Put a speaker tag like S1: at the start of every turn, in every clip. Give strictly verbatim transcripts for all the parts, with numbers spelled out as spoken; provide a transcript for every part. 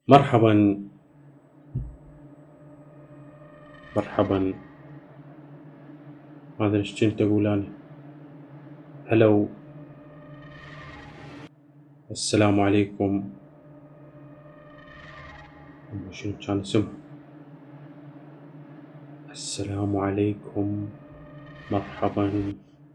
S1: مرحبا مرحبا. ما ادري ايش كنت اقول انا. هلو، السلام عليكم. أما شنو كان اسمها؟ السلام عليكم، مرحبا.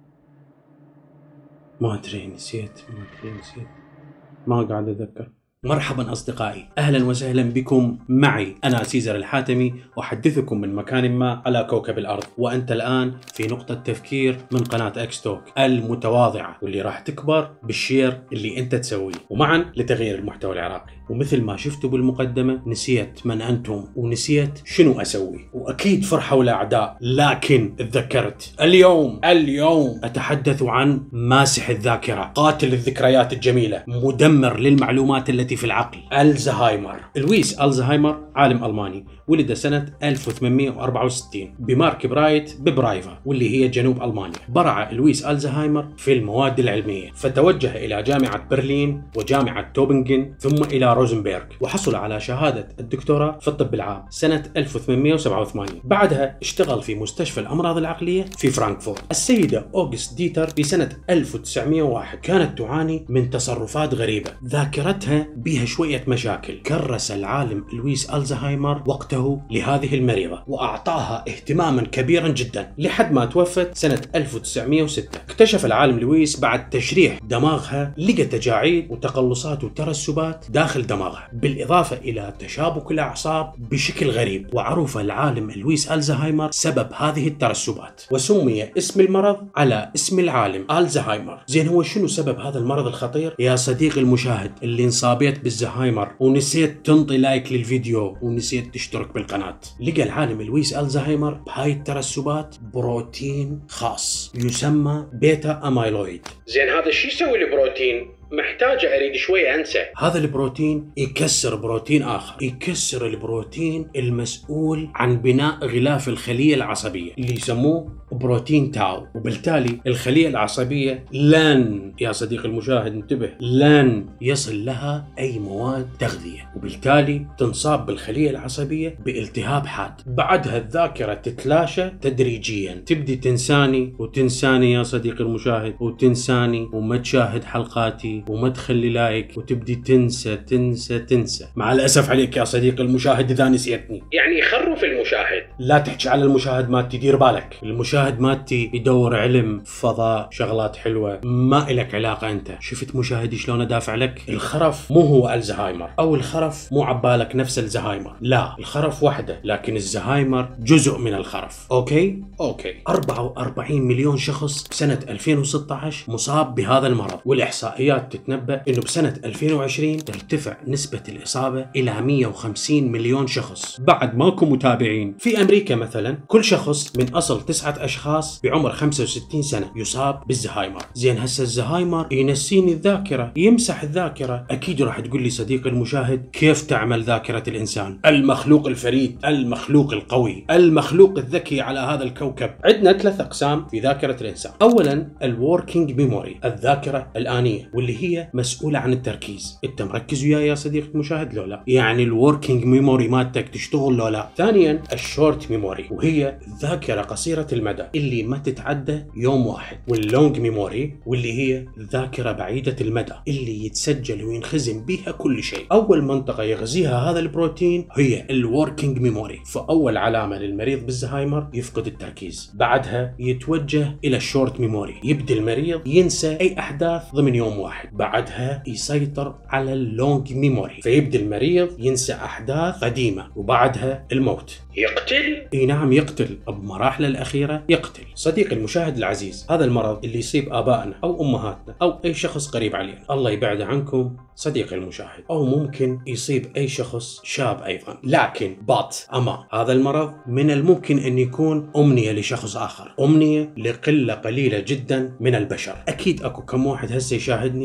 S1: ما ادري، نسيت ما ادري نسيت ما قاعد اتذكر. مرحبا أصدقائي، أهلا وسهلا بكم معي أنا سيزر الحاتمي، أحدثكم من مكان ما على كوكب الأرض، وأنت الآن في نقطة تفكير من قناة أكستوك المتواضعة، واللي راح تكبر بالشير اللي أنت تسويه، ومعا لتغيير المحتوى العراقي. ومثل ما شفتوا بالمقدمة، نسيت من أنتم ونسيت شنو أسوي، وأكيد فرحوا الأعداء، لكن تذكرت. اليوم اليوم أتحدث عن ماسح الذاكرة، قاتل الذكريات الجميلة، مدمر للمعلومات التي في العقل، الزهايمر. لويس الزهايمر عالم ألماني، ولد سنة ألف وثمانمئة وأربعة وستين بمارك برايت ببرايفا، واللي هي جنوب ألمانيا. برع لويس الزهايمر في المواد العلمية، فتوجه إلى جامعة برلين وجامعة توبنغن ثم إلى روزنبرغ، وحصل على شهادة الدكتوراه في الطب العام سنة ألف وثمانمئة وسبعة وثمانين. بعدها اشتغل في مستشفى الأمراض العقلية في فرانكفورت. السيدة أوغست ديتر في سنة ألف وتسعمئة وواحد كانت تعاني من تصرفات غريبة، ذاكرتها بها شوية مشاكل. كرس العالم لويس الزهايمر وقته لهذه المريضة، وأعطاها اهتماما كبيرا جدا لحد ما توفت سنة ألف وتسعمئة وستة. اكتشف العالم لويس بعد تشريح دماغها، لقى تجاعيد وتقلصات وترسبات داخل دماغها، بالإضافة إلى تشابك الأعصاب بشكل غريب. وعرف العالم لويس الزهايمر سبب هذه الترسبات، وسمي اسم المرض على اسم العالم الزهايمر. زين، هو شنو سبب هذا المرض الخطير يا صديقي المشاهد اللي انصابيت بالزهايمر ونسيت تنطي لايك للفيديو ونسيت تشترك بالقناة؟ لقى العالم لويس الزهايمر بهاي الترسبات بروتين خاص يسمى بيتا اميلويد. زين، هذا شو يسوي البروتين؟ محتاج اريد شوي انسى. هذا البروتين يكسر بروتين اخر، يكسر البروتين المسؤول عن بناء غلاف الخلية العصبية اللي يسموه بروتين تاو، وبالتالي الخلية العصبية لن، يا صديقي المشاهد انتبه، لن يصل لها اي مواد تغذية، وبالتالي تنصاب بالخلية العصبية بالتهاب حاد. بعدها الذاكرة تتلاشى تدريجيا، تبدي تنساني وتنساني يا صديقي المشاهد، وتنساني وما تشاهد حلقاتي وما تخلي لايك، وتبدي تنسى تنسى تنسى. مع الأسف عليك يا صديقي المشاهد إذا نسيتني، يعني يخرف المشاهد. لا تحكي على المشاهد مالتي، دير بالك، المشاهد مالتي يدور علم، فضاء، شغلات حلوة، ما إلك علاقة أنت. شفت مشاهدي شلون أدافع لك؟ الخرف مو هو الزهايمر، أو الخرف مو عبالك نفس الزهايمر، لا، الخرف وحده، لكن الزهايمر جزء من الخرف. أوكي؟ أوكي. أربعة وأربعين مليون شخص بسنة ألفين وستة عشر مصاب بهذا المرض، والإحصائيات تتنبأ إنه بسنة ألفين وعشرين ترتفع نسبة الإصابة إلى مئة وخمسين مليون شخص. بعد ماكو متابعين. في أمريكا مثلا كل شخص من أصل تسعة أشخاص بعمر خمسة وستين سنة يصاب بالزهايمر. زين، هسه الزهايمر ينسيني الذاكرة، يمسح الذاكرة. أكيد راح تقول لي صديقي المشاهد، كيف تعمل ذاكرة الإنسان؟ المخلوق الفريد، المخلوق القوي، المخلوق الذكي على هذا الكوكب. عندنا ثلاث أقسام في ذاكرة الإنسان. أولا الوركينج ميموري، الذاكرة الآنية، واللي هي مسؤولة عن التركيز. انت مركز وياي يا صديقي المشاهد لو لا؟ يعني الوركينج ميموري مالتك تشتغل لو لا؟ ثانيا الشورت ميموري، وهي ذاكرة قصيرة المدى اللي ما تتعدى يوم واحد. واللونج ميموري، واللي هي ذاكرة بعيدة المدى اللي يتسجل وينخزن بها كل شيء. اول منطقة يغذيها هذا البروتين هي الوركينج ميموري. فاول علامة للمريض بالزهايمر يفقد التركيز، بعدها يتوجه الى الشورت ميموري، يبدي المريض ينسى اي احداث ضمن يوم واحد. بعدها يسيطر على اللونج ميموري، فيبدأ المريض ينسى أحداث قديمة، وبعدها الموت. يقتل؟ اي نعم يقتل، بمراحله الأخيرة يقتل. صديقي المشاهد العزيز، هذا المرض اللي يصيب آبائنا أو أمهاتنا أو أي شخص قريب علينا، الله يبعد عنكم صديقي المشاهد، أو ممكن يصيب أي شخص شاب أيضا. لكن بط أما هذا المرض من الممكن أن يكون أمنية لشخص آخر، أمنية لقلة قليلة جدا من البشر. أكيد أكو كم واحد هسه يشاهدني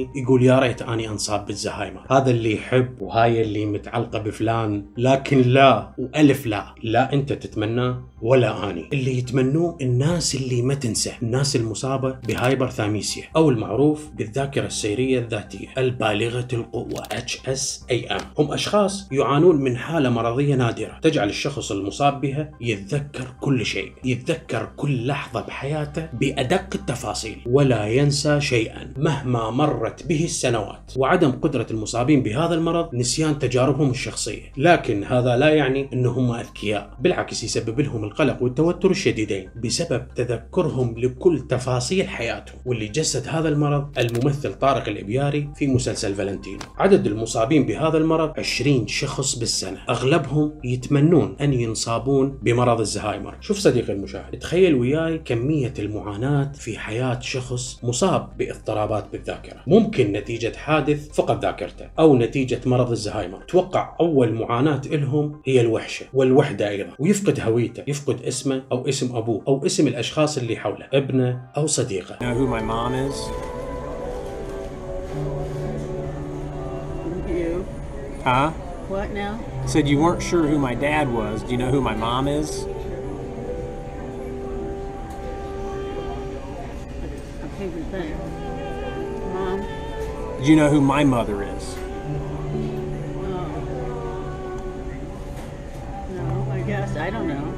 S1: ثاني يقول يا ريت اني انصاب بالزهايمر. هذا اللي يحب وهاي اللي متعلقة بفلان، لكن لا والف لا، لا انت تتمناه ولا اني. اللي يتمنوه الناس اللي ما تنسى، الناس المصابة بهايبرثاميسيا او المعروف بالذاكرة السيرية الذاتية البالغة القوة إتش إس إيه إم. هم اشخاص يعانون من حالة مرضية نادرة تجعل الشخص المصاب بها يتذكر كل شيء، يتذكر كل لحظة بحياته بأدق التفاصيل ولا ينسى شيئا مهما مرت به السنوات. وعدم قدرة المصابين بهذا المرض نسيان تجاربهم الشخصية، لكن هذا لا يعني انهم اذكياء، بالعكس يسبب لهم القلق والتوتر الشديدين بسبب تذكرهم لكل تفاصيل حياتهم. واللي جسد هذا المرض الممثل طارق الإبياري في مسلسل فالنتينو. عدد المصابين بهذا المرض عشرين شخص بالسنة، اغلبهم يتمنون ان ينصابون بمرض الزهايمر. شوف صديقي المشاهد، تخيل وياي كمية المعاناة في حياة شخص مصاب باضطرابات بالذاكرة، ممكن نتيجة حادث فقد ذاكرته أو نتيجة مرض الزهايمر. توقع أول معاناة لهم هي الوحشة والوحدة أيضا، ويفقد هويته، يفقد اسمه أو اسم أبوه أو اسم الأشخاص اللي حوله، ابنه أو صديقه.
S2: You know who my mom is?
S3: You?
S2: Huh?
S3: What now?
S2: Said you weren't sure who my dad was. Do you know who my mom is?
S3: A favorite thing. Mom?
S2: Do you know who my mother is?
S3: Oh. No, I guess. I don't know.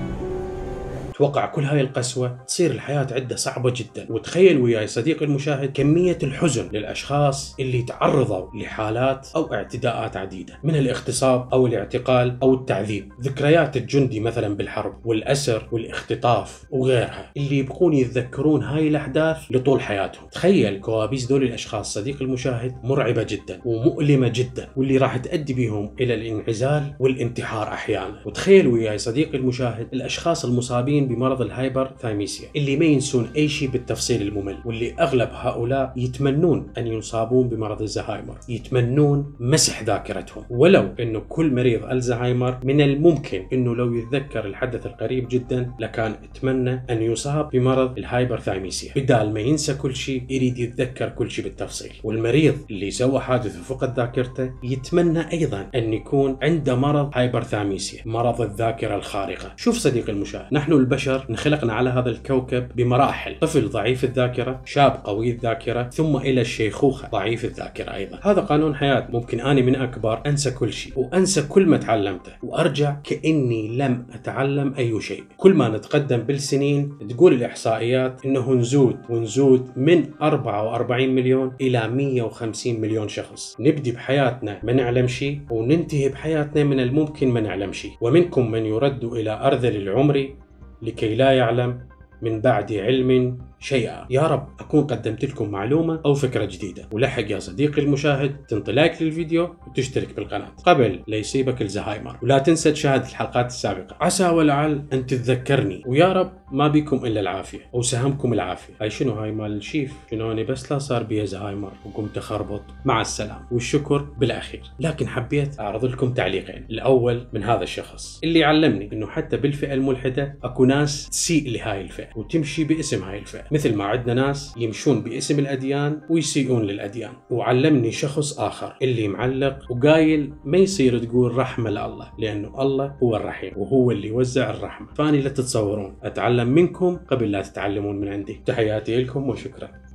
S1: توقع كل هاي القسوة تصير الحياة عده صعبة جدا. وتخيل وياي صديقي المشاهد كمية الحزن للأشخاص اللي تعرضوا لحالات أو اعتداءات عديدة، من الاغتصاب أو الاعتقال أو التعذيب، ذكريات الجندي مثلا بالحرب والأسر والاختطاف وغيرها، اللي يبقون يتذكرون هاي الأحداث لطول حياتهم. تخيل كوابيس دول الأشخاص صديقي المشاهد مرعبة جدا ومؤلمة جدا، واللي راح تؤدي بهم إلى الانعزال والانتحار أحيانا. وتخيل وياي صديقي المشاهد الأشخاص المصابين بمرض الهايبر ثايميسيا اللي ما ينسون أي شيء بالتفصيل الممل، واللي أغلب هؤلاء يتمنون أن يصابون بمرض الزهايمر، يتمنون مسح ذاكرتهم. ولو أنه كل مريض الزهايمر من الممكن أنه لو يتذكر الحدث القريب جدا لكان يتمنى أن يصاب بمرض الهايبر ثايميسيا، بدال ما ينسى كل شيء يريد يتذكر كل شيء بالتفصيل. والمريض اللي سوى حادث وفقد ذاكرته يتمنى أيضا أن يكون عنده مرض هايبر ثايميسيا، مرض الذاكرة الخارقة. شوف صديقي المشاهد، نحن البشر انخلقنا على هذا الكوكب بمراحل، طفل ضعيف الذاكرة، شاب قوي الذاكرة، ثم إلى الشيخوخة ضعيف الذاكرة أيضا. هذا قانون حياة. ممكن أنا من أكبر أنسى كل شيء وأنسى كل ما تعلمته وأرجع كأني لم أتعلم أي شيء. كل ما نتقدم بالسنين تقول الإحصائيات إنه نزود ونزود من أربعة وأربعين مليون إلى مئة وخمسين مليون شخص. نبدي بحياتنا ما نعلم شيء وننتهي بحياتنا من الممكن ما نعلم شيء. ومنكم من يرد إلى أرذل العمر لكي لا يعلم من بعد علم شيئا. يا رب أكون قدمت لكم معلومة أو فكرة جديدة. ولحق يا صديقي المشاهد تنطي لايك للفيديو وتشترك بالقناة قبل لا يصيبك الزهايمر، ولا تنسى تشاهد الحلقات السابقة. عسى ولعل أن تتذكرني، ويا رب ما بيكم إلا العافية أو سهمكم العافية. هاي شنو هاي مال الشيف؟ شنو أنا بس لا صار بي زهايمر وقمت أخربط. مع السلامة والشكر بالأخير. لكن حبيت أعرض لكم تعليقين. الأول من هذا الشخص اللي علمني إنه حتى بالفئة الملحدة أكو ناس تسيء لهاي الفئة وتمشي باسم هاي الفئة، مثل ما عندنا ناس يمشون باسم الأديان ويسيئون للأديان. وعلمني شخص آخر اللي معلق وقايل ما يصير تقول رحمة لله، لأنه الله هو الرحيم وهو اللي يوزع الرحمة. فاني لا تتصورون أتعلم منكم قبل لا تتعلمون من عندي. تحياتي لكم وشكرا.